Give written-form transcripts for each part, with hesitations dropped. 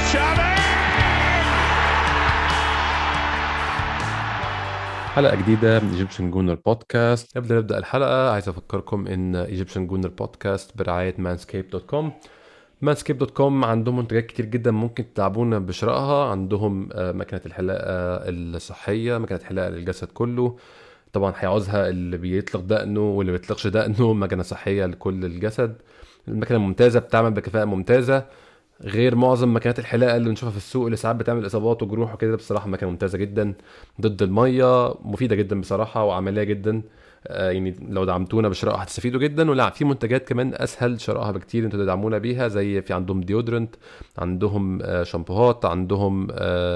حلقة جديدة من ايجيبشن جونر بودكاست. قبل ما نبدأ الحلقة عايز أفكركم إن ايجيبشن جونر بودكاست برعاية manscaped.com. manscaped.com عندهم منتجات كتير جدا ممكن تلعبونا بشرائها. عندهم مكنة الحلاقة الصحية، مكنة حلاقة للجسد كله. طبعا هيعوزها اللي بيطلق دقنه واللي بيطلقش دقنه. مكنة صحية لكل الجسد. المكنة ممتازة، بتعمل بكفاءة ممتازة، غير معظم مكانات الحلاقه اللي بنشوفها في السوق اللي ساعات بتعمل اصابات وجروح وكده. بصراحه مكنه ممتازه جدا ضد الميه، مفيده جدا بصراحه وعمليه جدا. يعني لو دعمتونا بشرائها هتستفيدوا جدا. ولا في منتجات كمان اسهل شرائها بكتير انتوا تدعمونا بيها، زي في عندهم ديودرنت، عندهم شامبوهات، عندهم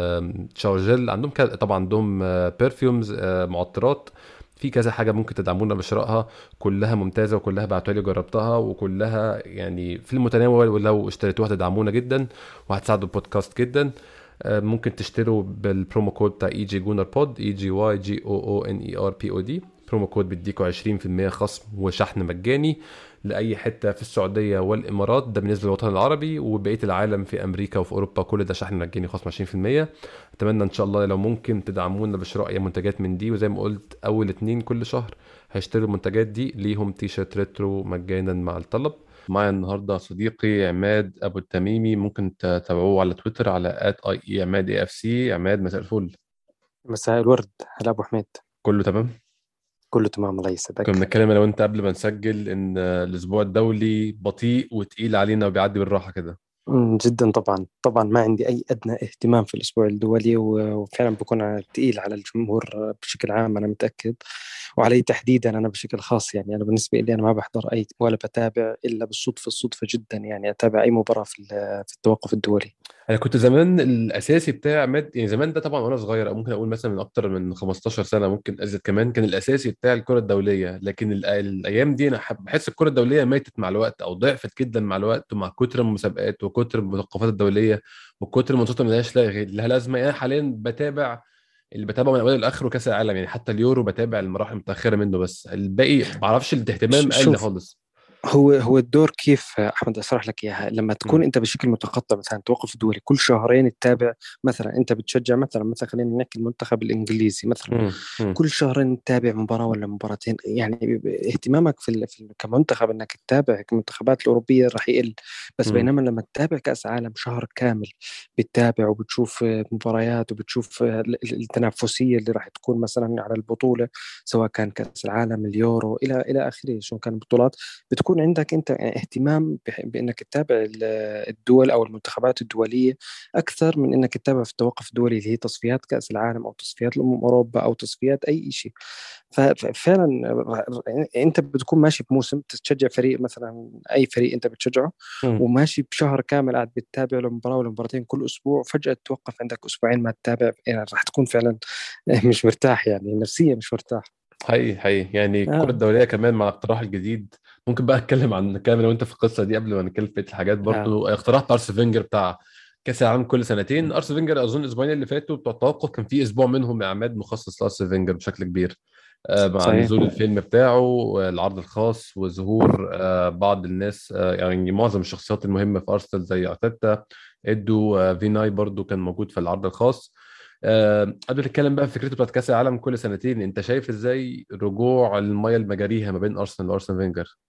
شاور جل، عندهم طبعا عندهم برفيومز، معطرات. في كذا حاجه ممكن تدعمونا بشرائها، كلها ممتازه وكلها بعتوا لي جربتها وكلها يعني في المتناول، ولو اشتريتوها تدعمونا جدا وهتساعدوا البودكاست جدا. ممكن تشتروا بالبرومو كود بتاع اي جي جونر بود، اي جي واي جي او او ان اي ار بي او دي. برومو كود بيديكوا 20% خصم وشحن مجاني لاي حته في السعوديه والامارات. ده بالنسبه للوطن العربي، وبقيه العالم في امريكا وفي اوروبا كل ده شحن مجاني خصم 20%. اتمنى ان شاء الله لو ممكن تدعمونا بشراء اي منتجات من دي. وزي ما قلت اول 2 كل شهر هيشتروا المنتجات دي ليهم تيشيرت ريترو مجانا مع الطلب. معايا النهارده صديقي عماد ابو التميمي، ممكن تتابعوه على تويتر على @عماد AFC. عماد مساء الفل. مساء الورد. هلا ابو حميد. كله تمام. كله تمام، الله كنا يسعدك. بنتكلم انا وانت قبل ما نسجل ان الاسبوع الدولي بطيء وتقيل علينا وبيعدي بالراحه كده. جدا، طبعا ما عندي اي ادنى اهتمام في الاسبوع الدولي، وفعلا بكون تقيل على الجمهور بشكل عام، انا متاكد، وعلي تحديدا انا بشكل خاص. يعني انا بالنسبه لي انا ما بحضر اي ولا بتابع الا بالصدفه، الصدفه جدا يعني اتابع اي مباراه في التوقف الدولي. انا كنت زمان الاساسي بتاع عماد، يعني زمان ده طبعا وانا صغير، او ممكن اقول مثلا من اكتر من 15 سنه، ممكن ازيد كمان، كان الاساسي بتاع الكره الدوليه. لكن الايام دي انا بحس الكره الدوليه ماتت مع الوقت او ضعفت جدا مع الوقت، ومع كتر المسابقات وكتر المثقفات الدوليه وكتر الماتشات اللي ملهاش لها لازمه. يعني انا حاليا بتابع اللي بتابعه من اوله لاخره كاس العالم، يعني حتى اليورو بتابع المراحل المتاخره منه، بس الباقي ما اعرفش، الاهتمام قل شوف، خالص. هو الدور كيف احمد اشرح لك اياها. لما مم. تكون انت بشكل متقطع، مثلا توقف دولي كل شهرين تتابع، مثلا انت بتشجع مثلا خلينا نحكي المنتخب الانجليزي مثلا، مم. كل شهرين تتابع مباراة ولا مباراتين، يعني اهتمامك كمنتخب انك تتابع المنتخبات الأوروبية راح يقل. بس مم. بينما لما تتابع كأس عالم شهر كامل، بتتابع وبتشوف مباريات وبتشوف التنافسية اللي راح تكون مثلا على البطولة، سواء كان كأس العالم، اليورو، إلى آخره، شو كان البطولات، بتكون عندك انت اهتمام بانك تتابع الدول او المنتخبات الدوليه اكثر من انك تتابع في التوقف الدولي اللي هي تصفيات كاس العالم او تصفيات اوروبا او تصفيات اي شيء. ففعلا انت بتكون ماشي بموسم تشجع فريق، مثلا اي فريق انت بتشجعه، مم. وماشي بشهر كامل قاعد بتتابع له مباراه ولا مباراتين كل اسبوع، فجاه توقف عندك اسبوعين ما تتابع، يعني راح تكون فعلا مش مرتاح، يعني نفسيا مش مرتاح. حقيقي يعني الكرة اه. الدولية كمان مع الاقتراح الجديد. ممكن بقى نتكلم لو انت في القصة دي قبل ما نتكلم في بقية الحاجات. اه. برضو اقتراح ارسن فينجر بتاع كأس العالم كل سنتين. ارسن فينجر اظن الاسبوعين اللي فاتوا بتوع التوقف كان في اسبوع منهم يا عماد مخصص لارسن فينجر بشكل كبير، مع صحيح. نزول الفيلم بتاعه، العرض الخاص، وظهور بعض الناس، يعني معظم الشخصيات المهمة في ارسنال زي ارتيتا، ادو، فيناي برضو كان موجود في العرض الخاص. قبل تتكلم بقى في فكرته بتاعت كاس العالم كل سنتين، انت شايف ازاي رجوع المياه المجاريها ما بين ارسنال وارسن فينجر؟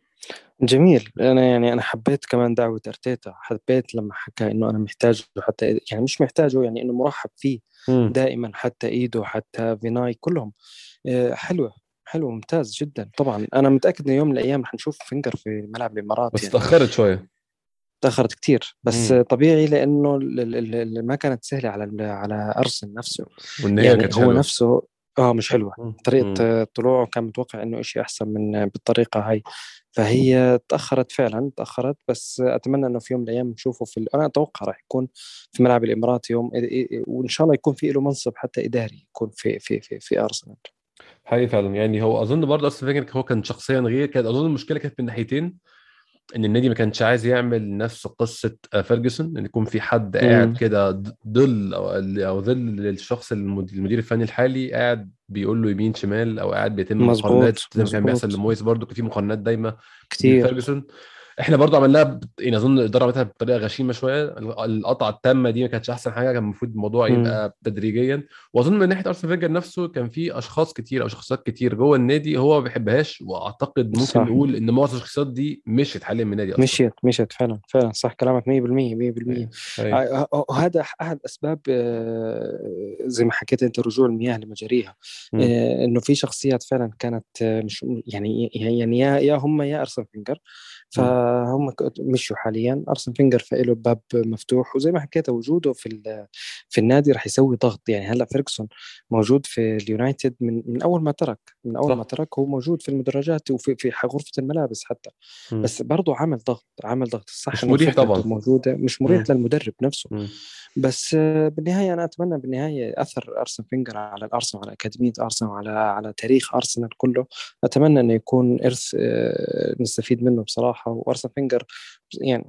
جميل. انا حبيت كمان دعوة ارتيتا، حبيت لما حكى انه انا محتاجه، حتى يعني مش محتاجه، يعني انه مرحب فيه امم دائما، حتى ايدو حتى فيناي كلهم. حلوة، حلو، ممتاز جدا. طبعا انا متاكد ان يوم من الايام رح نشوف فينجر في ملعب الامارات بس يعني. اتاخرت شويه. تاخرت كتير، بس امم طبيعي لانه ما كانت سهله على ارسنال نفسه. وان هي يعني كانت هو حلوه. نفسه مش حلوة. امم طريقة طلوعه كان متوقع انه اشي احسن من بالطريقة هاي، فهي تأخرت، فعلا تأخرت. بس اتمنى انه في يوم من الايام نشوفه انا اتوقع راح يكون في ملعب الامارات يوم، وان شاء الله يكون في له منصب حتى اداري، يكون في ارسنال. حقيقي فعلا. يعني هو اظن برضه ارسن فينجر هو كان شخصيا غير، كانت اظن المشكله كانت من ناحيتين. ان النادي ما كانش عايز يعمل نفس قصه فيرجسون، ان يكون في حد قاعد امم. كده ظل او ظل للشخص المدير الفني الحالي، قاعد بيقول له يمين شمال، او قاعد بيتم مزبوط، مقارنات زي ما كان بيحصل مزبوط. لمويس. برضو كان في مقارنات دايما كتير. بفيرجسون. احنا برضو عملناها يعني اظن الاداره عملتها بطريقه غشيمه شويه. القطعه التامه دي ما كانتش احسن حاجه، كان المفروض الموضوع مم. يبقى تدريجيا. واظن من ناحيه ارسنال فينجر نفسه كان في اشخاص كتير او شخصيات كتير جوه النادي هو ما بيحبهاش، واعتقد ممكن صح. نقول ان معظم الشخصيات دي مشيت حاليا من النادي اصلا. مشيت فعلا فعلا، صح كلامك 100% 100%. ايوه ايوه. وهذا أحد أسباب زي ما حكيت أنت رجوع المياه لمجاريها. مم. إنه في شخصيات فعلا كانت مش يعني يا هم يا أرسن فينجر، مم. فهم مشوا حاليا. أرسن فينجر فإله باب مفتوح، وزي ما حكيت وجوده في النادي راح يسوي ضغط. يعني هلا فيرجسون موجود في اليونايتد من أول ما ترك، من أول ما صح. ترك هو موجود في المدرجات وفي غرفة الملابس حتى. مم. بس برضه عمل ضغط، عمل ضغط. الصح مش انه مريح خبرته طبعا. موجوده، مش مريح مم. للمدرب نفسه. مم. بس بالنهايه انا اتمنى بالنهايه اثر ارسن فينجر على الارسنال، على اكاديميه ارسنال، على تاريخ ارسنال كله. اتمنى انه يكون ارث نستفيد منه بصراحه. وارسن فينجر يعني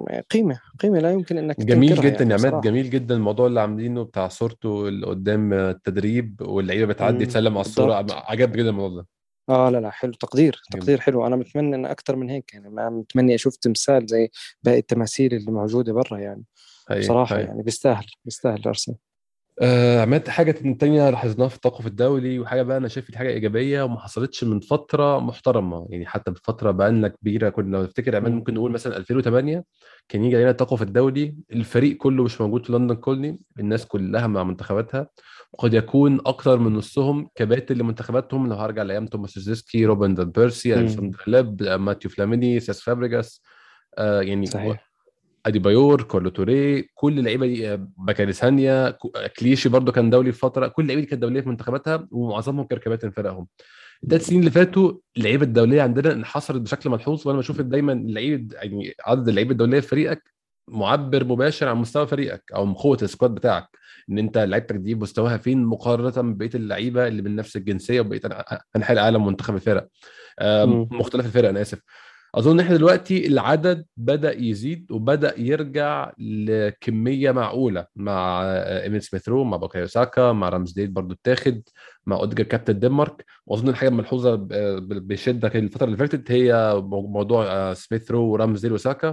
قيمه لا يمكن انك جميل تنكرها جدا يعني يا عماد، بصراحه. جميل جدا الموضوع اللي عاملينه بتاع صورته اللي قدام التدريب واللعيبه بتعدي تسلم على الصوره. بالضبط. عجبني جدا الموضوع ده. اه لا لا، حلو، تقدير جدا. تقدير حلو. انا متمنى ان اكثر من هيك يعني، ما متمنى اشوف تمثال زي باقي التماثيل اللي موجوده برا يعني. هي بصراحه هي. يعني بيستاهل ارسنال. عملت حاجة تانية لاحظناها في التوقف الدولي، وحاجة بقى أنا شايف دي حاجة إيجابية وما حصلتش من فترة محترمة يعني، حتى بفترة بقالنا كبيرة. كنا لو نفتكر عماد مم. ممكن نقول مثلا 2008 كان يجي علينا التوقف الدولي الفريق كله مش موجود في لندن كولني، الناس كلها مع منتخباتها، وقد يكون أكتر من نصهم كباتن لمنتخباتهم. لو هرجع لأيام توماس زيسكي، روبن فان بيرسي، مم. ألكسندر لاب، ماتيو فلاميني، سيس فابريجاس، يعني صحيح. اديبايور، كارلو توري، كل اللعيبه دي، باكاريسانيا، كليشي برضو كان دولي في فتره. كل اللعيبه دي كانت دوليه في منتخباتها ومعظمهم كانوا كباتن فرقهم. الثلاث سنين اللي فاتوا اللعيبه الدوليه عندنا انحصرت بشكل ملحوظ، وانا بشوف دايما اللعيبه يعني عدد اللعيبه الدوليه في فريقك معبر مباشر عن مستوى فريقك او قوه السكواد بتاعك، ان انت لعيبتك دي مستواها فين مقارنه ببقيه اللعيبه اللي من نفس الجنسيه وبقيه انحاء العالم ومنتخب الفرق، مم. مختلف الفرق انا اسف. اظن ان احنا دلوقتي العدد بدا يزيد وبدا يرجع لكميه معقوله مع ايميل سميث رو، مع باكايو ساكا، مع رامزديل برضو اتاخد، مع اوديجر كابتن الدنمارك. واظن الحاجه الملحوظه بشده كده الفتره اللي فاتت هي موضوع سميث رو ورامزديل وساكا.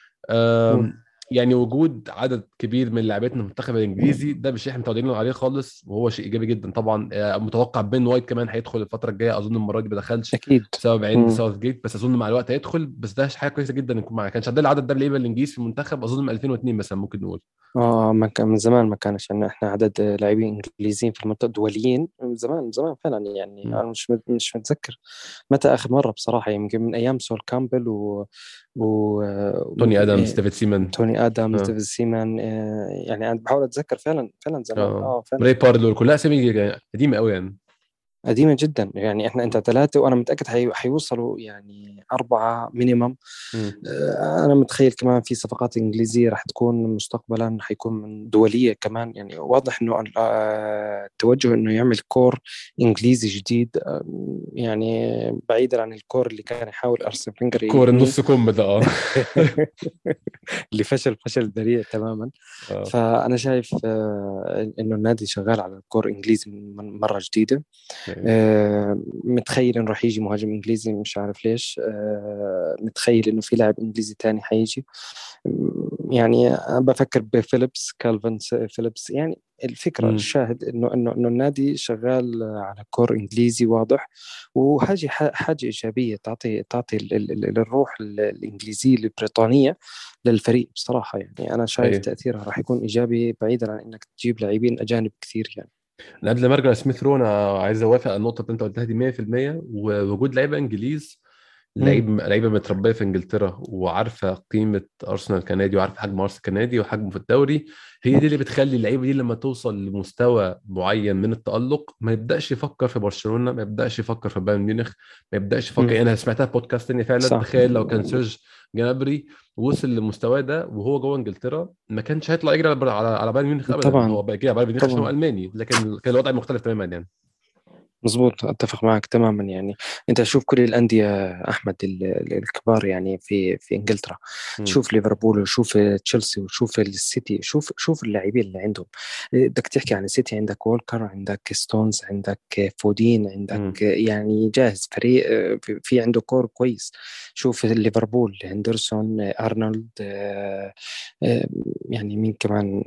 مم. يعني وجود عدد كبير من لاعبين المنتخب الانجليزي ده مش احنا متعودين عليه خالص، وهو شيء ايجابي جدا طبعا. متوقع بين وايت كمان هيدخل الفتره الجايه، اظن المره دي ما دخلش اكيد. بسبب عند مم. ساوث جيت، بس اظن مع الوقت هيدخل. بس ده حاجه كويسه جدا ان ما كانش عندنا العدد ده من اللعيبه الانجليزي في المنتخب اظن من 2002 مثلا ممكن نقول. ما كان من زمان، ما كانش عندنا احنا عدد لاعبين انجليزيين في المنطقه دوليين من زمان، من زمان فعلا يعني. مم. انا مش متذكر متى اخر مره بصراحه. يمكن من ايام سول كامبل و... توني ادمز، إيه، ديفيد سيمان. توني ادمز، اه ديفيد سيمان. يعني انا بحاول اتذكر فعلا فعلا زمان، اه فعلا. ري باردو، كلها اسامي قديمه قوي يعني. قديمة جدا يعني. انت ثلاثة وانا متأكد حيوصلوا يعني أربعة مينيمم. مم. انا متخيل كمان في صفقات انجليزية راح تكون مستقبلا، حيكون من دولية كمان. يعني واضح انه التوجه انه يعمل كور انجليزي جديد، يعني بعيدا عن الكور اللي كان يحاول ارسن فينجر الكور يبنيه. النص كم ده اه. اللي فشل ذريع تماما. اه. فانا شايف انه النادي شغال على الكور انجليزي من مرة جديدة. أيوة. متخيل انه راح يجي مهاجم انجليزي، مش عارف ليش. متخيل انه في لاعب انجليزي تاني حيجي. يعني أنا بفكر بفيليبس، كالفن فيليبس يعني. الفكرة مم. الشاهد انه النادي شغال على كور انجليزي واضح. وحاجة حاجة ايجابية، تعطي الروح الانجليزية البريطانية للفريق بصراحة. يعني انا شايف ايوه. تأثيرها راح يكون ايجابي، بعيدا عن انك تجيب لاعبين اجانب كثير يعني. انا قبل ما ارجع لسميث رو انا عايز اوافق على النقطه اللي انت قلتها دي 100%. ووجود لعيبه انجليز، لعيبه متربيه في انجلترا وعارفه قيمه ارسنال كنادي وعارفه حجم ارسنال كنادي وحجمه في الدوري، هي دي اللي بتخلي اللعيبه دي لما توصل لمستوى معين من التالق ما يبداش يفكر في برشلونه، ما يبداش يفكر في بايرن ميونخ، ما يبداش يفكر. مم. يعني انا سمعتها في بودكاست تاني فعلا، صح. تخيل لو كان سيرج جنابري وصل للمستوى ده وهو جوه انجلترا ما كانش هيطلع يجري على بايرن ميونخ ابدا. طبعا هو بقى يجري على بايرن ميونخ عشان هو طبعا. الماني، لكن كان الوضع مختلف تماما يعني. مظبوط، اتفق معك تماما. يعني انت شوف كل الانديه احمد الكبار يعني في انجلترا، مم. شوف ليفربول وشوف تشيلسي وشوف السيتي، شوف اللاعبين اللي عندهم. بدك تحكي عن السيتي، عندك وولكر، عندك ستونز، عندك فودين، عندك مم. يعني جاهز فريق، في عنده كور كويس. شوف ليفربول، هندرسون، ارنولد، آه، يعني مين كمان،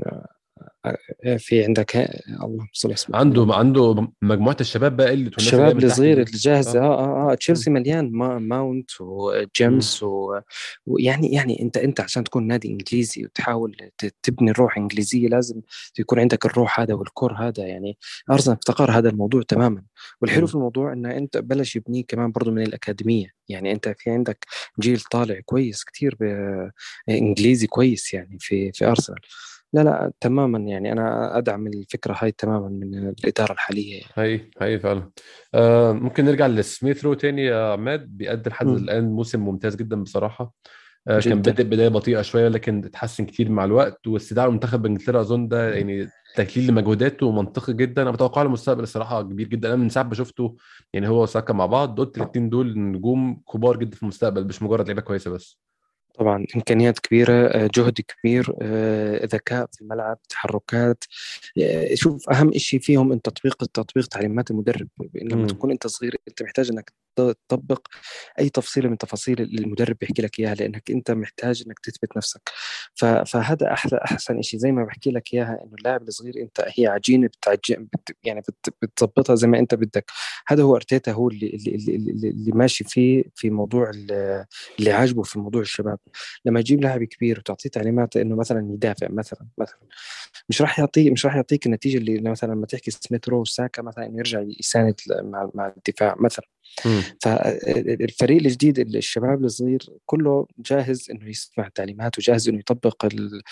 في عندك اللهم صل وسلم على عنده النبي. مجموعه الشباب بقى قلت، والناس اللي هي الشباب من تحت الصغير دي. الجاهز، اه. مم. تشيلسي مليان، ماونت مم. وجيمس ويعني انت عشان تكون نادي انجليزي وتحاول تبني روح انجليزيه، لازم يكون عندك الروح هذا والكور هذا. يعني ارسنال افتقر هذا الموضوع تماما. والحلو مم. في الموضوع ان انت بلش يبنيه كمان برضو من الاكاديميه. يعني انت في عندك جيل طالع كويس كتير، انجليزي كويس يعني في ارسنال. لا تماما، يعني انا ادعم الفكره هاي تماما من الاداره الحاليه يعني. هي فعلا. ممكن نرجع لسميث رو تاني يا عماد، بيقدم لحد مم. الآن موسم ممتاز جدا بصراحة. كان جدا. بادئ بداية بطيئة شوية لكن اتحسن كتير مع الوقت، واستدعاء منتخب انجلترا أظن ده يعني تكليل لمجهوداته منطقي جدا. أنا بتوقع له مستقبل الصراحة كبير جدا. أنا من ساعة ما شفته يعني هو وساكا مع بعض قلت الاتنين دول نجوم كبار جدا في المستقبل، مش مجرد لعيبة كويسة بس. طبعا إمكانيات كبيرة، جهد كبير، ذكاء في الملعب، تحركات. شوف أهم إشي فيهم أن تطبيق تعليمات المدرب. لما امم. تكون أنت صغير أنت محتاج أنك تطبق أي تفصيلة من تفاصيل اللي المدرب بيحكي لك إياها، لأنك أنت محتاج أنك تثبت نفسك. فهذا أحسن إشي زي ما بحكي لك إياها، إنه اللاعب الصغير أنت هي عجينة يعني بتظبطها زي ما أنت بدك. هذا هو أرتيتا، هو اللي ماشي فيه في موضوع اللي عاجبه في موضوع الشباب. لما تجيب لاعب كبير وتعطيه تعليمات انه مثلا يدافع مثلا، مش راح يعطيك النتيجه اللي مثلا لما تحكي سميث رو ساكا مثلا انه يرجع يساند مع الدفاع مثلا. امم. فالفريق الجديد الشباب الصغير كله جاهز انه يسمع التعليمات وجاهز انه يطبق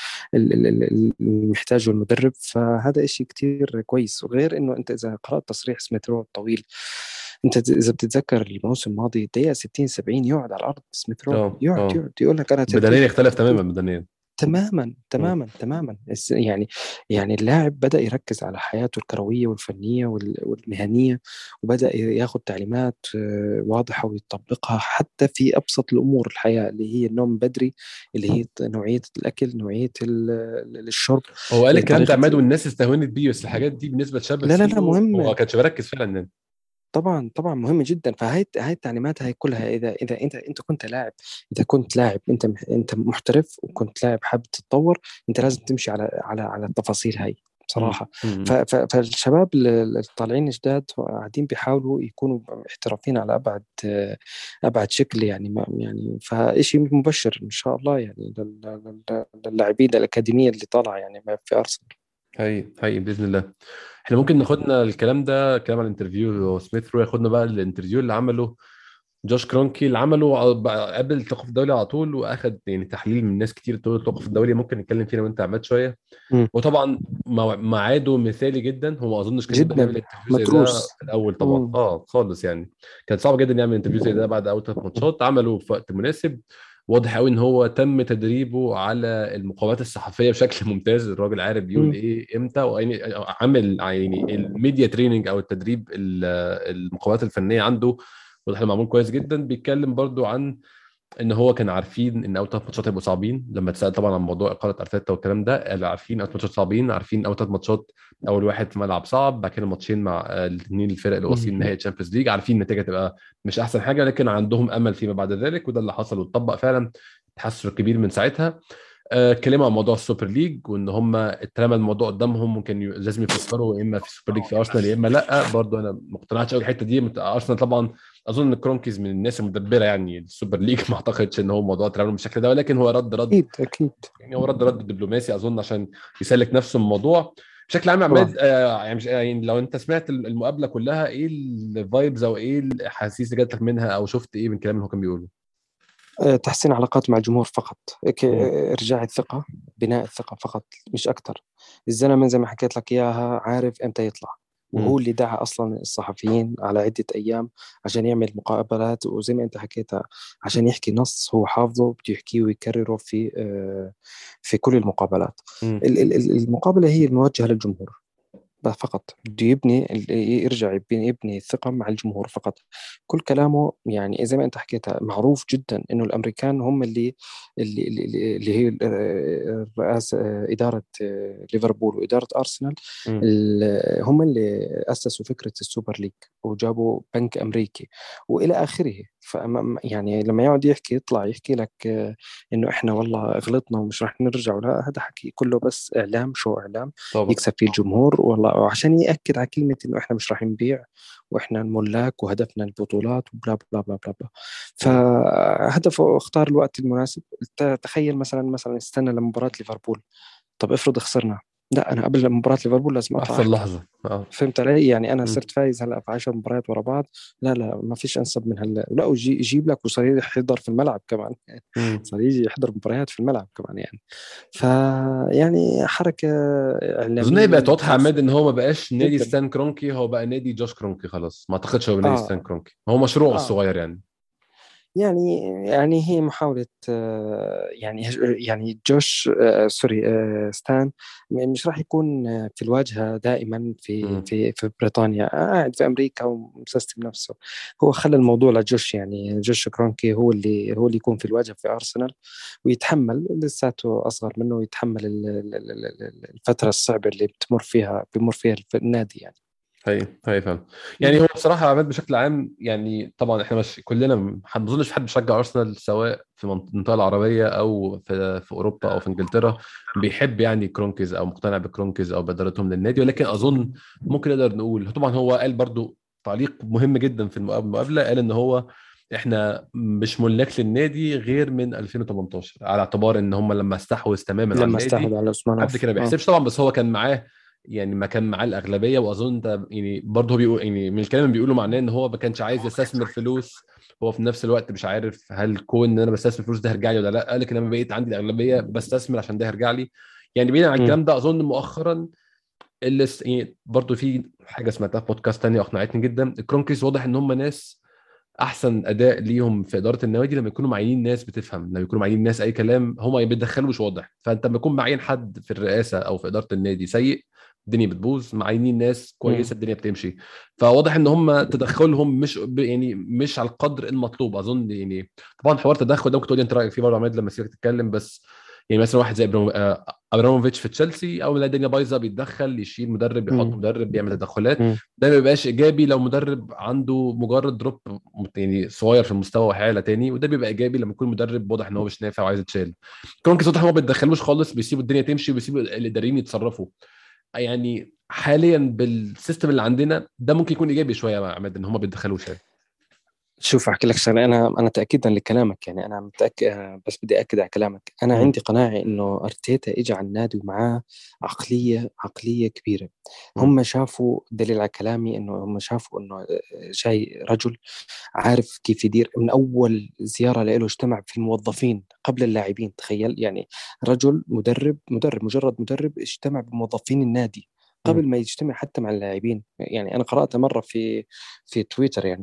اللي محتاجه المدرب. فهذا إشي كتير كويس. وغير انه انت اذا قرأت تصريح سميث رو الطويل، انت اذا بتتذكر الموسم الماضي دقيقة 60 70 يقعد على الارض سميث رو، اه. يقعد اه. يقعد يقول لك انا بدنيا يختلف تركيز تماما بدنيا. تماما مم. تماما تماما. يعني اللاعب بدأ يركز على حياته الكروية والفنية والمهنية، وبدأ ياخذ تعليمات واضحة ويطبقها حتى في أبسط الأمور الحياة، اللي هي النوم بدري، اللي هي نوعية الأكل، نوعية الشرب، هو قال الكلام ده طريقة. عماد والناس استهونت بيه، بس الحاجات دي بالنسبه لشاب في لا لا لا، سنه هو ما مهم. كانش مركز فعلا. طبعا طبعا مهم جدا. هاي التعليمات هاي كلها، اذا انت كنت لاعب، اذا كنت لاعب انت محترف وكنت لاعب حابب تتطور، انت لازم تمشي على التفاصيل هاي مم. بصراحة. مم. فالشباب الطالعين الجداد قاعدين بيحاولوا يكونوا محترفين على ابعد شكل يعني. ما يعني فإشي مبشر ان شاء الله يعني للاعبين الأكاديمية اللي طالعة يعني في أرسنال. هي باذن الله. احنا ممكن ناخدنا الكلام ده كلام على الانترفيو سميث رو، ياخدنا بقى الانترفيو اللي عمله جوش كرونكي، اللي عمله قبل التوقف الدولي على طول، واخد يعني تحليل من ناس كتير طول التوقف الدولي ممكن نتكلم فيه انا وانت عماد شويه. مم. وطبعا ميعاده مثالي جدا، هو ما اظنش كان يقدر يعمل جدا انترفيو زي ده متروس. في الاول طبعا مم. خالص يعني. كان صعب جدا يعمل انترفيو زي ده بعد اول 3 ماتشات، عمله في وقت مناسب. واضح قوي ان هو تم تدريبه على المقابلات الصحفيه بشكل ممتاز، الراجل عارف بيقول مم. ايه امتى، ويعني عامل يعني الميديا تريننج او التدريب المقابلات الفنيه عنده واضح إنه معمول كويس جدا. بيتكلم برضو عن ان هو كان عارفين ان اول 3 ماتشات هيبقوا صعبين. لما اتسال طبعا عن موضوع اقاله ارتيتا والكلام ده، قال عارفين اول 3 ماتشات صعبين، عارفين اول 3 ماتشات اول واحد في ملعب صعب، بعد كده ماتشين مع الاثنين الفرق اللي واصلين مم. نهائي تشامبيونز ليج، عارفين النتيجه تبقى مش احسن حاجه لكن عندهم امل فيما بعد ذلك، وده اللي حصل واتطبق فعلا. تحسن كبير من ساعتها. اتكلموا عن موضوع السوبر ليج وان هم اترمى الموضوع قدامهم، ممكن لازم يفكروا يا اما في السوبر ليج في ارسنال يا اما لا. برضو انا ما اقتنعتش قوي الحته دي. ارسنال طبعا اظن ان كرونكيز من الناس المدبره يعني السوبر ليج ما اعتقدش ان هو موضوع اترمى لهم بالشكل ده، ولكن هو رد أكيد أكيد. يعني هو رد دبلوماسي اظن عشان يسلك نفسه من الموضوع. بشكل عام يا طبعا. عماد يعني مش يعني لو انت سمعت المقابله كلها، ايه الفايبز او ايه الاحاسيس اللي جات لك منها، او شفت ايه من الكلام اللي هو كان بيقوله؟ تحسين علاقات مع الجمهور فقط، مم. إرجاع الثقة، بناء الثقة فقط، مش أكتر. الزلمة زي ما حكيت لك إياها عارف إمتى يطلع، وهو مم. اللي دعا أصلا الصحفيين على عدة أيام عشان يعمل مقابلات. وزي ما أنت حكيتها، عشان يحكي نص هو حافظه بده يحكيه ويكرره في كل المقابلات. مم. المقابلة هي الموجهة للجمهور. فقط بده يبني يرجع يبني الثقة مع الجمهور فقط. كل كلامه يعني زي ما أنت حكيتها، معروف جدا إنه الأمريكان هم اللي هي الرئاسة، إدارة ليفربول وإدارة أرسنال، مم. هم اللي أسسوا فكرة السوبر ليج وجابوا بنك أمريكي وإلى آخره. يعني لما يقعد يحكي، يطلع يحكي لك إنه إحنا والله غلطنا ومش راح نرجع، ولا هذا حكي كله بس إعلام، شو إعلام طبعا. يكسب فيه الجمهور والله، وعشان يأكد على كلمة إنه إحنا مش راح نبيع وإحنا الملاك وهدفنا البطولات وبلا بلا بلا بلا بلا. مم. فهدفه اختار الوقت المناسب. تخيل مثلا استنى لمباراة ليفربول. طب افرض خسرنا، لا أنا قبل مباراة ليفربول لازم أطلع احسن أحكي. لحظه فهمت علي؟ يعني انا مم. صرت فايز هلا في 10 مباريات ورا بعض، لا لا ما فيش انسب من هلا. لا يجيب لك، وصار يحضر في الملعب كمان مم. صار يجي يحضر مباريات في الملعب كمان يعني. فيعني حركة اظن هي إعلامية بقت واضحه يا عماد مدروسة ان هو ما بقاش نادي جدا. ستان كرونكي، هو بقى نادي جوش كرونكي خلاص. ما اعتقدش هو نادي ستان اه كرونكي، هو مشروعه اه الصغير يعني. يعني يعني هي محاولة يعني جوش سوري ستان مش راح يكون في الواجهة دائما مم. في بريطانيا، قاعد في أمريكا ومسيستم نفسه. هو خلى الموضوع لجوش، يعني جوش كرونكي هو اللي يكون في الواجهة في أرسنال، ويتحمل لساته أصغر منه، ويتحمل الفترة الصعبة اللي بيمر فيها النادي يعني. هي فعلا. يعني مم. هو بصراحه عماد بشكل عام، يعني طبعا احنا مش كلنا ما اظنش في حد بيشجع ارسنال سواء في المنطقه العربيه او في اوروبا او في انجلترا بيحب يعني كرونكيز او مقتنع بكرونكيز او بادارتهم للنادي. ولكن اظن ممكن نقدر نقول، طبعا هو قال برضو تعليق مهم جدا في المقابله، قال ان هو احنا مش ملاك للنادي غير من 2018، على اعتبار ان هم لما استحوذ تماما على لما استحوذ النادي على قبل عثمانوف كده ما بيحسبش طبعا، بس هو كان معاه، يعني ما كان معاه الاغلبيه. واظن ده يعني برضه هو بيقول، يعني من الكلام اللي بيقوله معناه ان هو ما كانش عايز يستثمر فلوس. هو في نفس الوقت مش عارف هل كون ان انا بستثمر فلوس ده هيرجع لي ولا لا، لكن لما بقيت عندي الاغلبيه بستثمر عشان ده هيرجع لي. يعني بعيدا عن مم. الكلام ده، اظن مؤخرا اللي يعني برضه في حاجه سمعتها في بودكاست تانية اقنعتني جدا. الكرونكيز واضح ان هم ناس احسن اداء ليهم في اداره النوادي لما يكونوا معينين ناس بتفهم، لما يكونوا معينين ناس اي كلام هم ما بيتدخلوش واضح. فانت لما يكون معين حد في الرئاسه او في اداره النادي سيء، الدنيا بتبوظ. معينين ناس مم. كويسه الدنيا بتمشي. فواضح ان هم تدخلهم مش يعني مش على القدر المطلوب اظن يعني. طبعا حوار تدخل ده ممكن تقول لي انت رايك فيه برضه يا عماد لما سيبك تتكلم، بس يعني مثلا واحد زي ابراموفيتش في تشيلسي، اول ما الدنيا بايظه بيتدخل، يشيل مدرب، يحط مم. مدرب، بيعمل تدخلات. مم. ده ما بيبقاش ايجابي لو مدرب عنده مجرد دروب يعني صغير في المستوى وحاله تاني، وده بيبقى ايجابي لما يكون مدرب واضح ان هو مش نافع وعايز يتشال. كرونكي واضح ان هو ما بيتدخلوش خالص، بيسيبوا الدنيا تمشي وبيسيبوا الاداريين يتصرفوا. يعني حاليا بالسيستم اللي عندنا ده ممكن يكون ايجابي شويه يا عماد ان هم ما بيتدخلوش يعني. شوف احكي لك شغله، انا تاكيدا لكلامك، يعني انا متاكد، بس بدي اكد على كلامك. انا امم. عندي قناعه انه ارتيتا اجى على النادي ومعاه عقليه كبيره. امم. هم شافوا دليل على كلامي، انه هم شافوا انه جاي رجل عارف كيف يدير. من اول زياره له اجتمع في الموظفين قبل اللاعبين، تخيل يعني. رجل مدرب مجرد مدرب اجتمع بموظفين النادي قبل امم. ما يجتمع حتى مع اللاعبين. يعني انا قرأت مرة في تويتر يعني.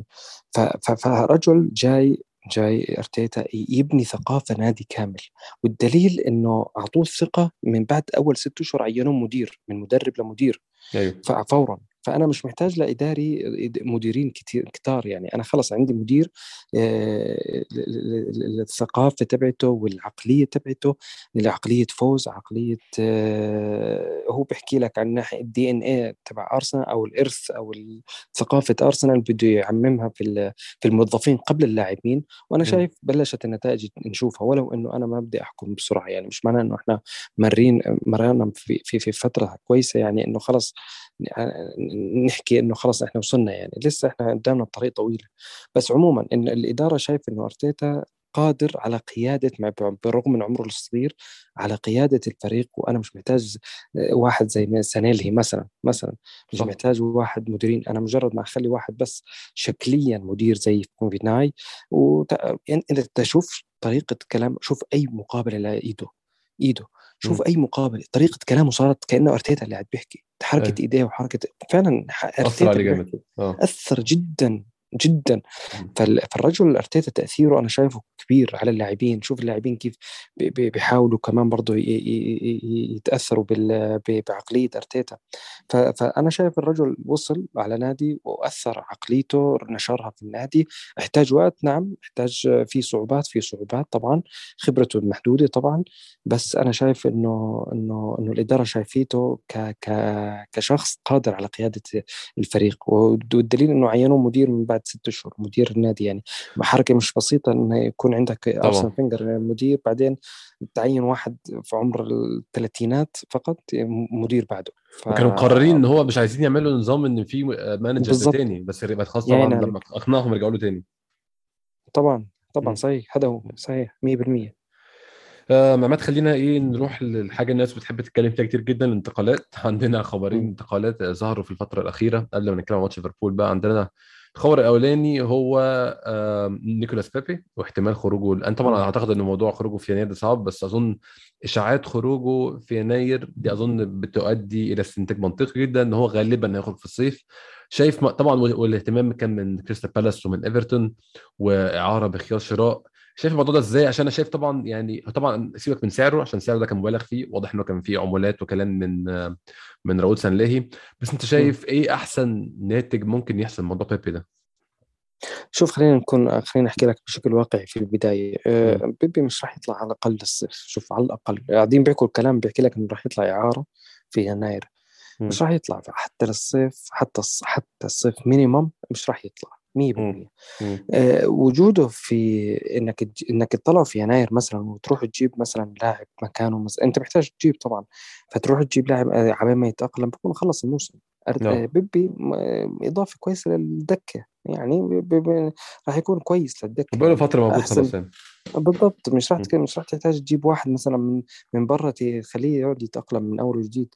فرجل جاي ارتيتا يبني ثقافة نادي كامل. والدليل انه اعطوه الثقة من بعد اول 6 اشهر، عينوه مدير، من مدرب لمدير ايوه. فورا. فانا مش محتاج لاداري، مديرين كتار. يعني انا خلص عندي مدير الثقافه تبعته والعقليه تبعته، عقليه فوز، عقليه هو بيحكي لك عن ناحيه الدي ان اي تبع ارسنال، او الارث، او ثقافه ارسنال بده يعممها في الموظفين قبل اللاعبين. وانا امم. شايف بلشت النتائج نشوفها، ولو انه انا ما بدي احكم بسرعه. يعني مش معناه انه احنا مرينا في فتره كويسه، يعني انه خلص نحكي انه خلص احنا وصلنا. يعني لسه احنا قدامنا طريق طويل. بس عموما ان الاداره شايف انه ارتيتا قادر على قيادة، بالرغم من عمره الصغير، على قيادة الفريق. وأنا مش محتاج واحد زي سانيلي مثلا مش صح. محتاج واحد مديرين. أنا مجرد ما أخلي واحد بس شكليا مدير زي كونفيناي يعني أنت تشوف طريقة كلام، شوف أي مقابلة إيده. شوف امم. أي مقابلة، طريقة كلامه صارت كأنه أرتيتا اللي قاعد بيحكي، حركة ايوه. إيديه وحركة، فعلا اثر أرتيتا عليه اللي جامد. بيحكي. اه. أثر جدا جدا. مم. فالرجل ارتيتا تاثيره انا شايفه كبير على اللاعبين. شوف اللاعبين كيف بيحاولوا كمان برضه يتاثروا بعقليه ارتيتا. فانا شايف الرجل وصل على نادي واثر عقليته، نشرها في النادي. احتاج وقت، نعم احتاج، في صعوبات طبعا، خبرته المحدوده طبعا. بس انا شايف انه الاداره شايفيته كشخص قادر على قياده الفريق. والدليل انه عينوه مدير من بعد 6 اشهر، مدير النادي يعني. حركه مش بسيطه ان يكون عندك ارسن طبعا. فينجر مدير، بعدين تعين واحد في عمر الثلاثينات فقط مدير بعده. وكانوا مقررين ان هو مش عايزين يعملوا نظام ان في مانجر بالضبط. تاني، بس خلاص يا طبعا عيني لما عليك. اقنعهم رجعوا له تاني. طبعا طبعا مم. صحيح، هذا هو صحيح 100%. عماد، خلينا ايه نروح للحاجه الناس بتحب تتكلم فيها كتير جدا، الانتقالات. عندنا خبرين مم. انتقالات ظهروا في الفتره الاخيره. قبل ما نتكلم عن ماتش ليفربول بقى، عندنا الخبر الاولاني هو نيكولاس بيبي واحتمال خروجه. انا طبعا مم. اعتقد ان موضوع خروجه في يناير ده صعب، بس اظن اشاعات خروجه في يناير دي اظن بتؤدي الى استنتاج منطقي جدا ان هو غالبا هيخرج في الصيف. شايف طبعا، والاهتمام كان من كريستال بالاس ومن ايفرتون، واعاره بخيار شراء. شايف الموضوع ده ازاي؟ عشان انا شايف طبعا، يعني طبعا سيبك من سعره عشان سعره ده كان مبالغ فيه، واضح انه كان فيه عمولات وكلام من راؤول سانلاهي. بس انت مم. شايف ايه احسن ناتج ممكن يحصل من موضوع بيبي ده؟ شوف، خلينا احكي لك بشكل واقعي في البدايه. مم. بيبي مش راح يطلع على الاقل الصيف. شوف، على الاقل قاعدين بيحكوا الكلام، بيحكي لك انه راح يطلع اعاره في يناير. مم. مش راح يطلع حتى للصيف، حتى الصيف مينيمم مش راح يطلع مم. 100%. مم. وجوده في انك تطلعه في يناير مثلا، وتروح تجيب مثلا لاعب مكانه. مثلا انت محتاج تجيب طبعا، فتروح تجيب لاعب على ما يتأقلم بكون خلص الموسم. اه. بيبي إضافة كويسة للدكة يعني. راح يكون كويس للدكة وبقاله يعني فتره موجود أحسن. خلاص يعني. بالضبط. مم. مش راح تحتاج تجيب واحد مثلا من برا تخليه يقعد يتأقلم من أول وجديد.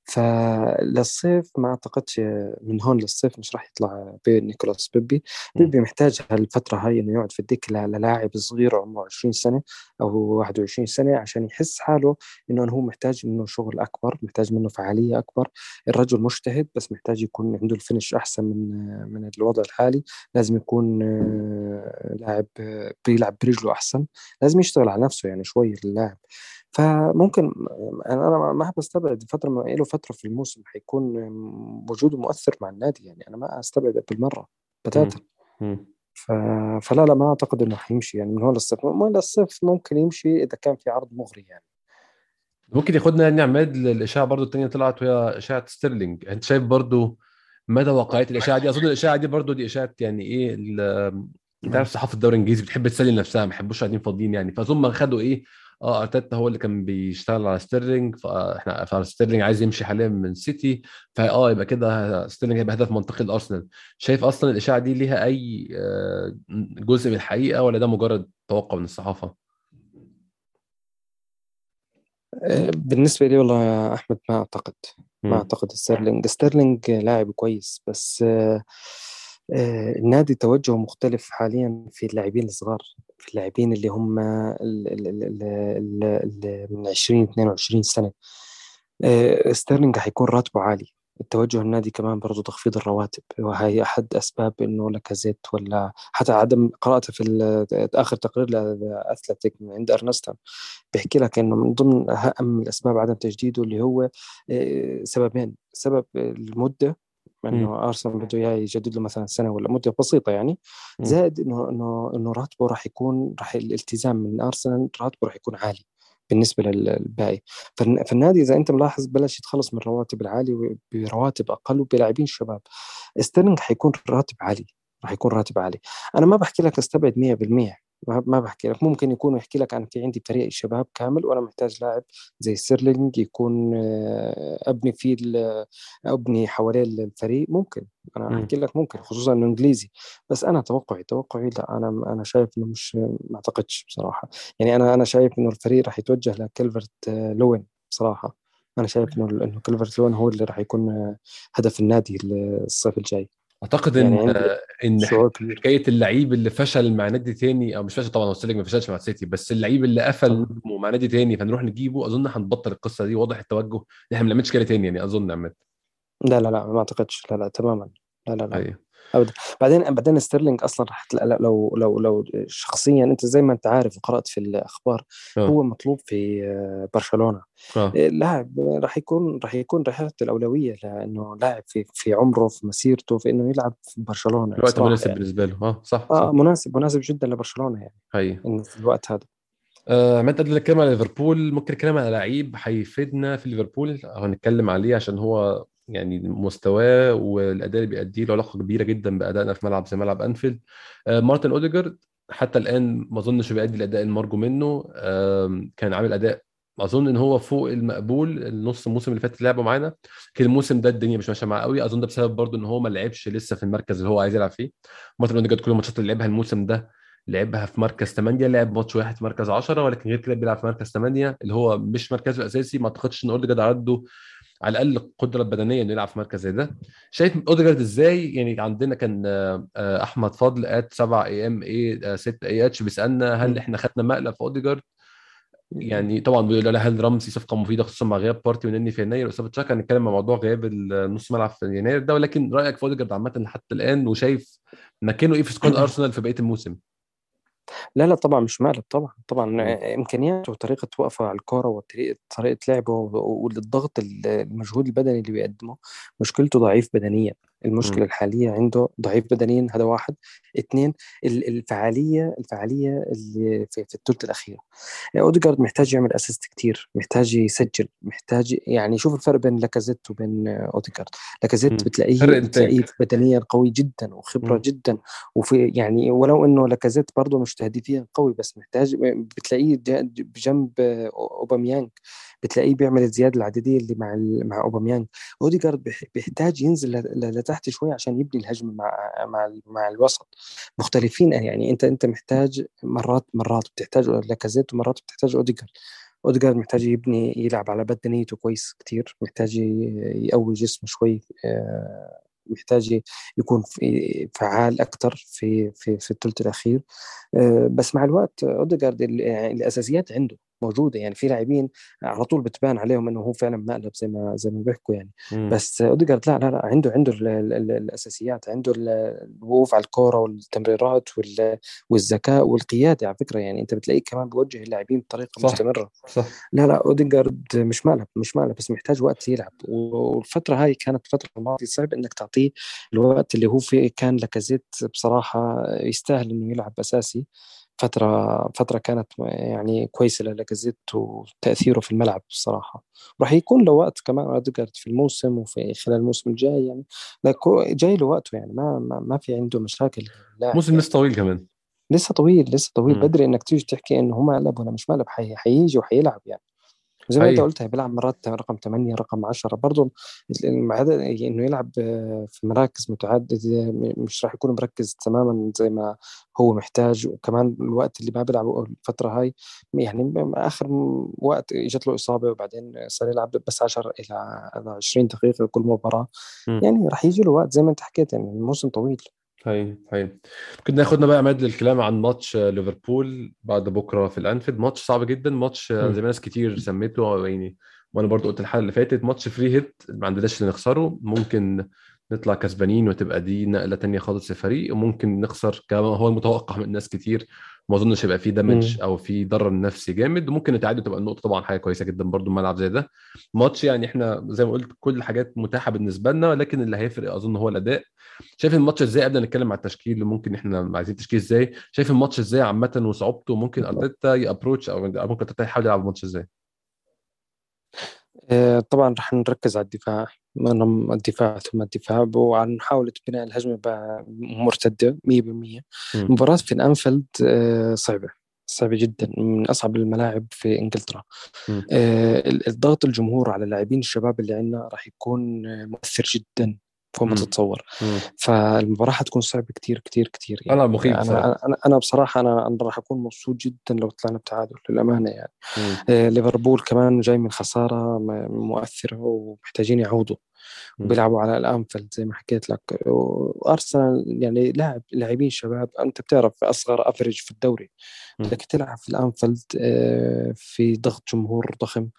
فللصيف ما أعتقدش. من هون للصيف مش راح يطلع نيكولاس بيبي. مم. بيبي محتاج هالفترة هاي إنه يقعد في الدكة للاعب صغير عمره 20 سنة أو 21 سنة، عشان يحس حاله إنه هو محتاج منه شغل أكبر، محتاج منه فعالية أكبر. الرجل مجتهد بس محتاج يكون عنده الفينش أحسن من الوضع الحالي. لازم يكون لاعب بيلعب برجله أحسن. لازم يشتغل على نفسه يعني شوي اللاعب. فممكن أنا ما بستبعد فترة، ما له فترة في الموسم حيكون وجوده مؤثر مع النادي يعني. أنا ما أستبعد بالمرة بتاتا. مم. مم. ف... فلا لا، ما أعتقد إنه حيمشي يعني من هون للصيف. ما للصيف ممكن يمشي إذا كان في عرض مغري يعني. ممكن ياخدنا يعني عماد للاشاعه برضو التانيه طلعت، وهي اشاعه ستيرلينج. انت شايف برضو مدى واقعيه الاشاعه دي؟ اظن الاشاعه دي برضو دي اشاعه يعني ايه انت عارف صحافه الدوري الانجليزي بتحب تسلي نفسها، ما بيحبوش قاعدين فاضيين يعني. فاظن ما خدوا ايه، ارتيتا هو اللي كان بيشتغل على ستيرلينج، فاحنا ستيرلينج عايز يمشي حاليا من سيتي، يبقى كده ستيرلينج هيبقى هدف منطقي لارسنال. شايف اصلا الاشاعه دي ليها اي جزء من الحقيقه، ولا ده مجرد توقع من الصحافه؟ بالنسبة لي والله يا أحمد ما أعتقد. ما مم. أعتقد. ستيرلينج لاعب كويس، بس النادي توجهه مختلف حاليا في اللاعبين الصغار، في اللاعبين اللي هم من 20 22 سنة. ستيرلينج حيكون راتبه عالي. التوجه النادي كمان برضو تخفيض الرواتب، وهي أحد أسباب إنه لاكازيت، ولا حتى عدم قراءته في آخر تقرير لأثلتيك من عند أرنستا، بيحكي لك انه من ضمن اهم الاسباب عدم تجديده اللي هو سببين. سبب المده، مم. انه ارسنال بده اياه يجدد له مثلا سنه ولا مده بسيطه يعني. مم. زائد انه راتبه راح الالتزام من ارسنال، راتبه راح يكون عالي بالنسبه للباقي. فالنادي اذا انت ملاحظ بلش يتخلص من الرواتب العاليه برواتب اقل وبلاعبين شباب. ستيرلينج حيكون راتب عالي. راح يكون راتب عالي. انا ما بحكي لك استبعد 100%. ما بحكي لك. ممكن يكون يحكي لك انا في عندي فريق شباب كامل وانا محتاج لاعب زي ستيرلينج يكون ابني حواليه الفريق. ممكن. انا مم. احكي لك ممكن، خصوصا انه انجليزي. بس انا توقعي لا، انا شايف انه مش، ما اعتقدش بصراحه. يعني انا شايف انه الفريق راح يتوجه لكلفرت لوين بصراحه. انا شايف انه كلفرت لوين هو اللي راح يكون هدف النادي الصيف الجاي. اعتقد يعني ان عندي شعور كبير. حكايه اللعيب اللي فشل مع نادي تاني، او مش فشل طبعا، هو ستيرلينج ما فشلش مع سيتي، بس اللعيب اللي قفل صح. نجمه مع نادي تاني فنروح نجيبه، اظن هنبطل القصه دي. واضح التوجه ان احنا ما بنعملش كده تاني يعني، اظن يا عماد. لا لا لا، ما اعتقدش. لا لا تماما. لا لا لا. ايوه. ابدا. بعدين ستيرلينج اصلا راح لو شخصيا، انت زي ما انت عارف وقرات في الاخبار، اه هو مطلوب في برشلونه. اه لاعب راح يكون رحلته الاولويه، لانه لاعب في عمره، في مسيرته، في انه يلعب في برشلونه الوقت بصراحه مناسب يعني. بالنسبه له، اه صح صح. اه، مناسب جدا لبرشلونه يعني، هي انه في الوقت هذا. عماد، قبل نتكلم على ليفربول ممكن نتكلم على لعيب هيفيدنا في ليفربول او هنتكلم عليه عشان هو يعني مستواه والاداء اللي بيأديه له علاقه كبيره جدا بادائنا في ملعب زي ملعب انفيلد. مارتن اوديجارد حتى الان ما اظنش بيأدي الاداء المرجو منه. كان عامل اداء اظن ان هو فوق المقبول النص الموسم اللي فات لعبه معانا. كان الموسم ده الدنيا مش ماشيه معاه قوي، اظن ده بسبب برضه ان هو ما لعبش لسه في المركز اللي هو عايز يلعب فيه. مارتن اوديجارد كل الماتشات اللي لعبها الموسم ده لعبها في مركز 8، لعب ماتش واحد في مركز 10، ولكن غير كده بيلعب في مركز 8 اللي هو مش مركزه الاساسي. ما اعتقدش ان اوديجارد عنده على الاقل قدره بدنيه انه يلعب في مركز زي ده. شايف اوديجارد ازاي؟ يعني عندنا كان احمد فضل ات 7 اي ام اي 6 اي اتش بيسالنا هل مم. احنا خدنا مقلب في اوديجارد. يعني طبعا بيقول لها هل رمزي صفقه مفيده خصوصا مع غياب بارتي ونني في يناير واصابه شاكا. هنتكلم عن موضوع غياب النص ملعب في يناير ده، ولكن رايك في اوديجارد عامه حتى الان، وشايف مكانه ايه في سكواد ارسنال في بقيه الموسم؟ لا لا، طبعا مش مقلب، طبعا مم. امكانياته وطريقه وقفه على الكوره وطريقه لعبه والضغط المجهود البدني اللي بيقدمه. مشكلته ضعيف بدنيا. المشكله مم. الحاليه عنده ضعيف بدنيا، هذا واحد. اثنين، الفعاليه اللي في الثلث الاخير. اوديجارد محتاج يعمل اسيست كتير، محتاج يسجل، محتاج يعني. شوف الفرق بين لاكازيت وبين اوديجارد. لاكازيت فرق بتلاقيه انتاج. بدنيا قوي جدا وخبرة مم. جدا. وفي يعني، ولو انه لاكازيت برضه مش تهديفيا قوي، بس محتاج بتلاقيه بجنب اوباميانج. بتلاقيه بيعمل الزيادة العددية اللي مع اوباميانج. اوديجارد بيحتاج ينزل لتحت شوية عشان يبني الهجمة مع الوسط. مختلفين يعني. انت محتاج مرات بتحتاج لاكازيت، ومرات بتحتاج اوديجارد. اوديجارد محتاج يبني، يلعب على بدنيته كويس كتير، محتاج يقوي جسمه شوي. محتاج يكون فعال اكثر في الثلث الاخير. بس مع الوقت اوديجارد يعني الاساسيات عنده موجوده يعني. في لاعبين على طول بتبان عليهم انه هو فعلا مقلب، زي ما بيحكوا يعني. مم. بس اوديجارد لا لا لا، عنده الاساسيات، عنده الوقوف على الكوره والتمريرات والذكاء والقياده على فكره يعني. انت بتلاقيه كمان بيوجه اللاعبين بطريقه صح مستمره. صح. لا لا، اوديجارد مش مقلب بس محتاج وقت يلعب. والفتره هاي كانت فتره الماضي صعب انك تعطيه الوقت اللي هو فيه. كان لاكازيت بصراحه يستاهل انه يلعب اساسي. فتره كانت يعني كويسه للاكازيت وتاثيره في الملعب الصراحه. راح يكون له وقت كمان اوديجارد في الموسم وفي خلال الموسم الجاي يعني. جاي له وقته يعني. ما في عنده مشاكل اللاعب موسم يعني. لسه طويل كمان. لسه طويل مم. بدري انك تيجي تحكي انه هو مقلب ولا مش مقلب. حيجي وحيلعب يعني. زي ما انت حقيقي. قلت، بيلعب مرات رقم 8 رقم 10 برضه. انه يلعب في مراكز متعدده، مش راح يكون مركز تماما زي ما هو محتاج. وكمان الوقت اللي ما بيلعب الفتره هاي يعني، اخر وقت اجت له اصابه، وبعدين صار يلعب بس 10 الى 20 دقيقه كل مباراه. مم. يعني راح يجي له وقت زي ما انت حكيت يعني. الموسم طويل. حقيقي. ممكن ناخدنا بقى عماد للكلام عن ماتش ليفربول بعد بكره في الانفيلد. ماتش صعب جدا، ماتش مم. زي ما ناس كتير سميته يعني، وانا برضو قلت الحلقه اللي فاتت ماتش فري هيت ما عندناش اللي نخسره. ممكن نطلع كسبانين وتبقى دي نقله تانية خالص للفريق، وممكن نخسر كما هو المتوقع من ناس كتير. ما اظنش هيبقى فيه دامج مم. او فيه ضرر نفسي جامد، وممكن نتعادل تبقى النقطه طبعا حاجه كويسه جدا برضو ملعب زي ده. ماتش يعني احنا زي ما قلت كل حاجات متاحه بالنسبه لنا، ولكن اللي هيفرق اظن هو الاداء. شايف الماتش ازاي قبل ما نتكلم على التشكيل ممكن احنا عايزين تشكيل ازاي؟ شايف الماتش ازاي عامه وصعوبته؟ ممكن ارتيتا يابروتش او ممكن ارتيتا يحاول يلعب الماتش ازاي؟ طبعا رح نركز على الدفاع. من الدفاع ثم الدفاع، وعن محاولة بناء الهجمة مرتدة 100%. مم. مباراة في الأنفيلد صعبة جدا، من أصعب الملاعب في إنجلترا. مم. الضغط الجمهور على اللاعبين الشباب اللي عندنا راح يكون مؤثر جدا فوق ما مم. تتصور. مم. فالمباراة حتكون صعبة كتير كتير كتير يعني. ملعب مخيف بصراحه. أنا بصراحة أنا راح أكون مبسوط جدا لو طلعنا بتعادل للأمانة يعني. مم. ليفربول كمان جاي من خسارة مؤثرة ومحتاجين يعوضوا. مم. وبيلعبوا على الأنفيلد زي ما حكيت لك. وأرسنال يعني لاعبين شباب. أنت بتعرف أصغر أفريج في الدوري، مم. بدك تلعب في الأنفيلد في ضغط جمهور ضخم.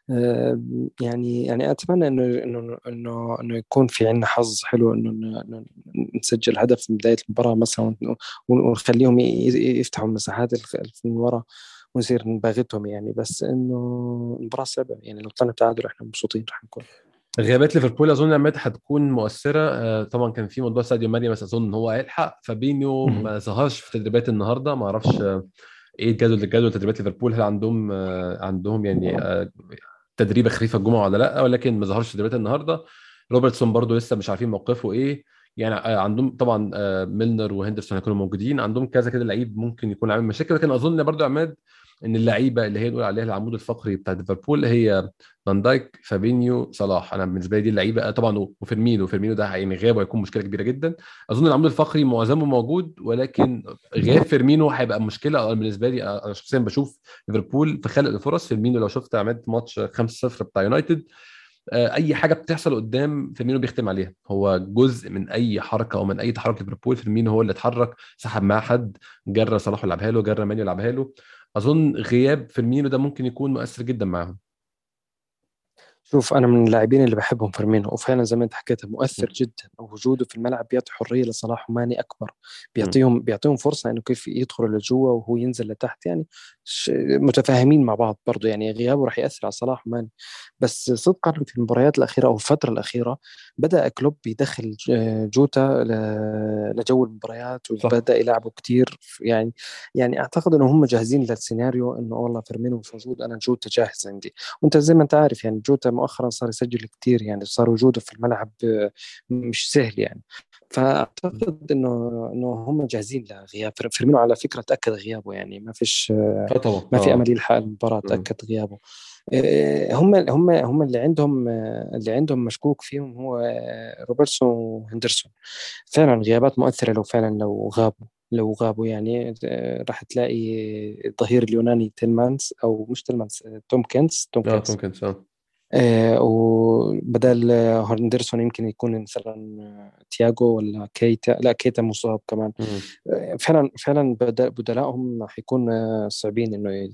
يعني اتمنى انه يكون في عندنا حظ حلو، إنه نسجل هدف في بدايه المباراه مثلا، ونخليهم يفتحوا المساحات من ورا، ونصير نباغتهم يعني. بس انه المباراه صعبه يعني، لو طلعنا تعادل احنا مبسوطين رح نكون. غيابات ليفربول اظن عماد هتكون مؤثره. طبعا كان في موضوع ساديو ماني، بس اظن ان هو هيلحق. فابينيو مهم. ما ظهرش في تدريبات النهارده، ما اعرفش ايه الجدول تدريبات ليفربول. هل عندهم يعني تدريبه خفيفه الجمعه ولا لا؟ ولكن ما ظهرش في تدريبات النهارده. روبرتسون برضو لسه مش عارفين موقفه ايه. يعني عندهم طبعا ميلنر وهندرسون هيكونوا موجودين، عندهم كذا كده لعيب ممكن يكون عامل مشاكل. لكن اظن برضو يا عماد ان اللعيبه اللي هي نقول عليها العمود الفقري بتاع ليفربول هي فان دايك، فابينيو، صلاح. انا بالنسبه لي دي اللعيبه طبعا، وفيرمينو ده يعني غيابه هيكون مشكله كبيره جدا. اظن العمود الفقري معظمه موجود، ولكن غياب فيرمينو هيبقى مشكله. بالنسبه لي انا شخصيا بشوف ليفربول في خلق الفرص. فيرمينو لو شفت عملت ماتش 5-0 بتاع يونايتد، اي حاجه بتحصل قدام فيرمينو بيختم عليها. هو جزء من اي حركه او من اي تحرك ليفربول، فيرمينو هو اللي اتحرك، سحب معاه حد، جرى صلاح يلعبها له، جرى مانيو يلعبها له. اظن غياب فيرمينو ده ممكن يكون مؤثر جدا معاهم. شوف، انا من اللاعبين اللي بحبهم فيرمينو، وفعلا زي ما انت حكيت مؤثر جدا، وجوده في الملعب بيعطي حريه لصلاح وماني اكبر، مم. بيعطيهم فرصه انه كيف يدخلوا لجوا وهو ينزل لتحت يعني. متفاهمين مع بعض برضه يعني. غيابه راح ياثر على صلاح وماني. بس صدقا في المباريات الاخيره او الفتره الاخيره بدا كلوب يدخل جوتا لجو المباريات، صح. وبدا يلعبه كتير يعني. يعني اعتقد انه هم جاهزين للسيناريو انه والله فيرمينو مش موجود، انا جوتا جاهز عندي. وانت زي ما انت عارف يعني جوتا مؤخرا صار يسجل كتير يعني، صار وجوده في الملعب مش سهل يعني. فاعتقد انه هم جاهزين لغياب فيرمينو. على فكره تاكد غيابه يعني، ما فيش اه طبعا ما في امل اه. يلحق المباراه، مم. تاكد غيابه. هم اللي عندهم مشكوك فيهم هو روبرتسون وهندرسون. فعلا غيابات مؤثره، لو غابوا يعني راح تلاقي الظهير اليوناني تيلمانس، او مش تيلمانس، توم اه كينز. ممكن صح. وبدل هندرسون يمكن يكون مثلا تياجو ولا كيتا. لا، كيتا مصاب كمان. مم. فعلا فعلا بدلائهم حيكون صعبين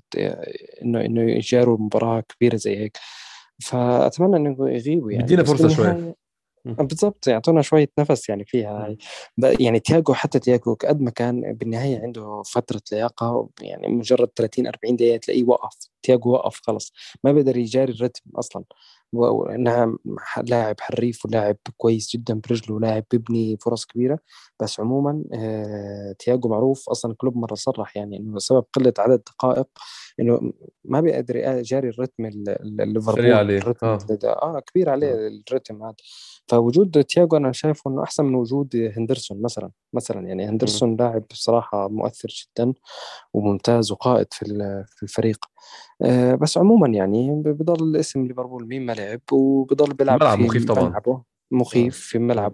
انه يجاروا مباراة كبيرة زي هيك. فأتمنى انه يغيبوا يعني، بيدينا بس فرصه شويه. بالنهاية مم. بالضبط يعطونا شوية نفس يعني فيها هاي. مم. يعني حتى تياجو قد ما كان بالنهاية عنده فترة لياقة يعني، مجرد 30 40 دقيقة تلاقيه وقف. تياجو وقف خلص، ما بقدر يجاري الرتم أصلا. وإنها لاعب حريف ولاعب كويس جدا برجله، ولاعب بيبني فرص كبيرة. بس عموما تياجو معروف أصلا، كلوب مرة صرح يعني إنه بسبب قلة عدد دقائق إنه ما بيقدر يجاري الرتم سريع ليفربول. عليه الرتم اه. كبير عليه مم. الرتم هذا. فوجود تياجو انا شايفه انه احسن من وجود هندرسون مثلا يعني. مم. هندرسون لاعب بصراحه مؤثر جدا وممتاز وقائد في الفريق. بس عموما يعني بضل اسم ليفربول مين ما لعب، وبضل بيلعب الملعب في مخيف طبعا. ملعبه، مخيف اه. في مم. ملعبه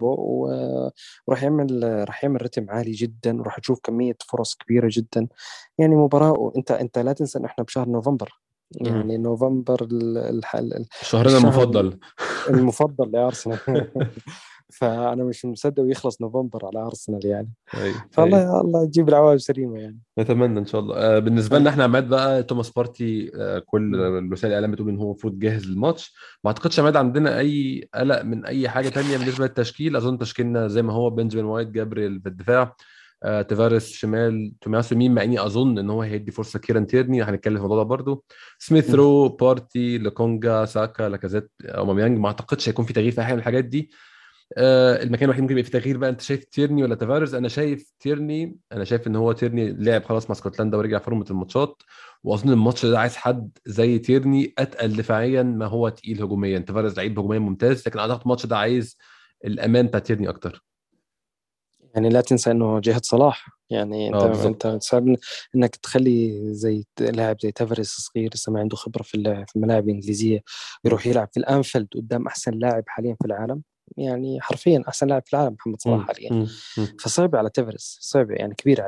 وراح يعمل رتم عالي جدا، وراح تشوف كمية فرص كبيرة جدا. يعني مباراة، وانت لا تنسى ان احنا بشهر نوفمبر. مم. يعني نوفمبر شهرنا الشهر المفضل. المفضل لأرسنال. فأنا مش مصدق يخلص نوفمبر على أرسنال يعني. اي اي. فالله الله يجيب العوائب سليمة يعني. نتمنى ان شاء الله. بالنسبه لنا أنا احنا عماد بقى توماس بارتي، كل مم. وسائل الاعلام بتقول ان هو المفروض جاهز للماتش. ما اعتقدش عماد عندنا اي قلق من اي حاجه تانية بالنسبه للتشكيل. اظن تشكيلنا زي ما هو: بنجامين وايت، جابريل في الدفاع، تيفاريس شمال، تومياسو يمين، مع اني اظن ان هو هيدي فرصه كيران تيرني، هنتكلم في الموضوع ده برضه. سميث مم. رو، بارتي، لوكونجا، ساكا، لاكازيت، اوباميانج. ما اعتقدش هيكون في تغيير في اي حاجه من الحاجات دي. المكان الوحيد ممكن يبقى فيه تغيير بقى، انت شايف تيرني ولا تافارز؟ انا شايف تيرني. انا شايف ان هو تيرني لعب خلاص مع اسكتلندا ورجع فورمه الماتشات. واظن الماتش ده عايز حد زي تيرني، اتقل دفاعيا ما هو تقيل هجوميا. تافارز لعيب هجوميا ممتاز، لكن اعتقد الماتش ده عايز الامان بتاع تيرني اكتر. يعني لا تنسى انه جهة صلاح يعني. انت اه انت بالظبط. صعب انك تخلي زي لاعب زي تافاريس صغير لسه ما عنده خبرة في الملاعب الانجليزية مم. يروح يلعب في الانفيلد قدام احسن لاعب حاليا في العالم. يعني حرفيا احسن لاعب في العالم محمد صلاح مم. حاليا. مم. مم. فصعب على تافاريس، صعب يعني، كبير عليه.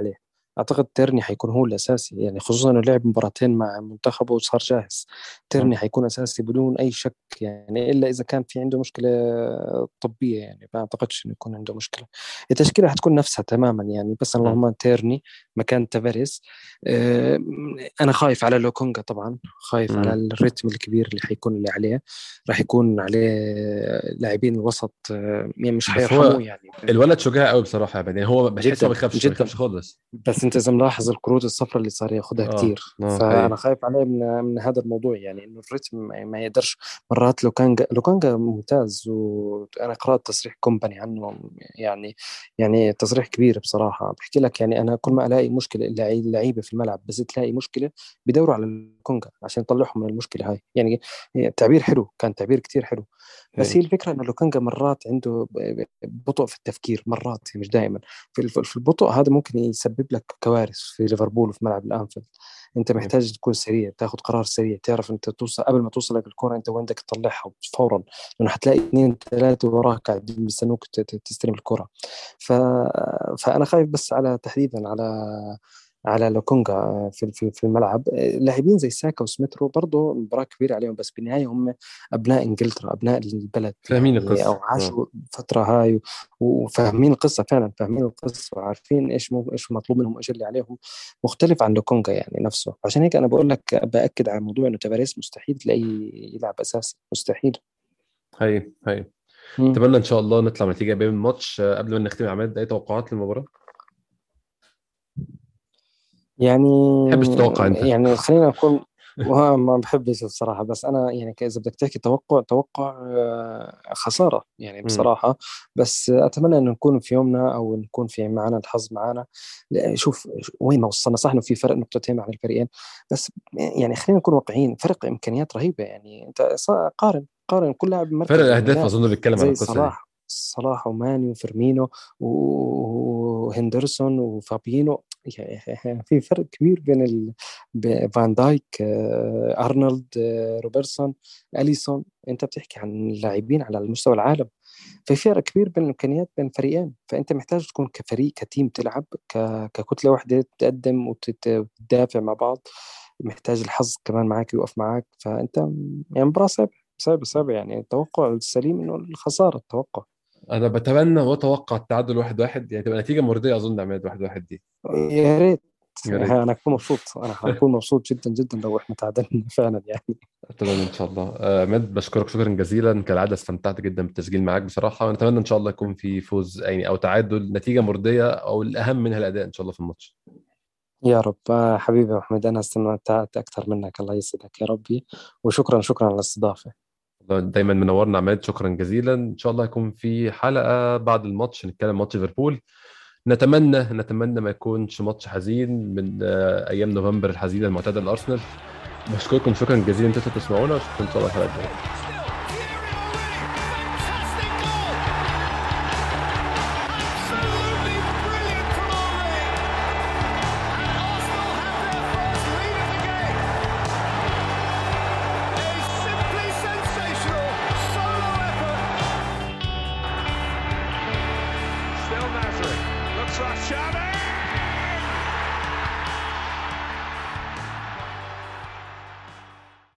أعتقد تيرني حيكون هو الأساسي، يعني خصوصا إنه لعب مباراتين مع منتخبه وصار جاهز. تيرني حيكون أساسي بدون أي شك، يعني إلا إذا كان في عنده مشكلة طبية، يعني ما أعتقدش إنه يكون عنده مشكلة. التشكيلة حتكون نفسها تماما يعني، بس اللهم تيرني مكان تافاريز. أنا خايف على لوكونجا طبعا، خايف على الريتم الكبير اللي حيكون اللي عليه. راح يكون عليه لاعبين الوسط يعني مش بس حيرحموه هو يعني. الولد شجاع قوي بصراحه، يعني هو بحسه ما جدا بيخافش ما جدا. بيخافش خالص. بس انت اذا ملاحظ الكروت الصفراء اللي صار ياخذها كتير، حقيقي. فانا خايف عليه من هذا الموضوع، يعني انه الريتم ما يقدرش. مرات لو كان ممتاز، وانا قرات تصريح كومباني عنه، يعني تصريح كبير بصراحه، بحكي لك يعني انا كل ما الاقي مشكله اللعيبه في الملعب، بس تلاقي مشكله بيدوروا على الكونجا عشان يطلعهم من المشكله هاي يعني. تعبير حلو، كان تعبير كتير حلو. بس هي الفكره انه لوكانجا مرات عنده بطء في التفكير، مرات مش دائما. في البطء هذا ممكن يسبب لك كوارث في ليفربول وفي ملعب الانفيلد. انت محتاج تكون سريع، تاخذ قرار سريع، تعرف انت توصل قبل ما توصل لك الكره انت وين بدك تطلعها فورا، لانه حتلاقي اثنين ثلاثه وراك قاعدين بيستنوك تستلم الكره. ف... فانا خايف بس على تحديدا على لوكونجا في الملعب. لاعبين زي ساكا وسميثرو برضه مباراة كبيرة عليهم، بس بالنهاية هم أبناء إنجلترا، أبناء البلد فاهمين يعني، أو القصه. عاشوا الفترة هاي وفاهمين القصة، فعلا فاهمين القصة وعارفين إيش مطلوب منهم، إيش اللي عليهم. مختلف عن لوكونجا يعني نفسه. عشان هيك أنا بقول لك، بأكد على موضوع إنه تباريس مستحيل تلاقيه يلعب أساسي، مستحيل. هي مم. اتمنى ان شاء الله نطلع نتيجه ايجابيه من الماتش. قبل ما نختم يا عماد، اي توقعات للمباراه؟ يعني تحبش تتوقع انت؟ يعني خلينا نكون، ما بحبش الصراحة، بس أنا يعني إذا بدك تحكي توقع خسارة يعني امم بصراحة. بس أتمنى إنه نكون في يومنا، أو نكون في معنا الحظ معنا. شوف وين ما وصلنا، صح إنه في فرق نقطتين على الفريقين، بس يعني خلينا نكون واقعيين، فرق إمكانيات رهيبة يعني. أنت قارن كل لاعب فرق بمركزه يعني. الاهداف لاعب اظن بيتكلم على زي القصه دي. صلاح وماني وفيرمينو وهندرسون وفابينو، يعني في فرق كبير بين فان دايك، أرنولد، روبرتسون، أليسون. أنت بتحكي عن لاعبين على المستوى العالم، في فرق كبير بين الإمكانيات بين فريقين. فأنت محتاج تكون كفريق كتيم تلعب ككتلة واحدة، تقدم وتدافع مع بعض. محتاج الحظ كمان معاك يوقف معاك. فأنت يعني مباراة صعبة يعني. التوقع السليم إنه الخسارة، التوقع. انا بتمنى واتوقع التعادل 1-1، يعني تبقى نتيجه مرضيه اظن يا عماد، 1-1 دي. يا ريت. يا ريت. أنا أكون مبسوط، أنا هكون مبسوط جدا جدا لو إحنا تعادلنا فعلا يعني. اتمنى ان شاء الله. عماد بشكرك شكرا جزيلا، كالعاده استمتعت جدا بالتسجيل معاك بصراحه، ونتمنى ان شاء الله يكون في فوز يعني او تعادل، نتيجه مرضيه، او الاهم منها الاداء ان شاء الله في الماتش. يا رب. حبيبي محمد، أنا استمتعت أكثر منك، الله يسعدك يا ربي. وشكرا على الاستضافة. دايما منورنا عماد، شكرا جزيلا. ان شاء الله يكون في حلقه بعد الماتش نتكلم ماتش ليفربول. نتمنى ما يكونش ماتش حزين من ايام نوفمبر الحزينه المعتاده لارسنال. بشكركم شكرا جزيلا انتوا تسمعونا، واشوفكم ان شاء الله الحلقه الجايه. Looks like Xavi!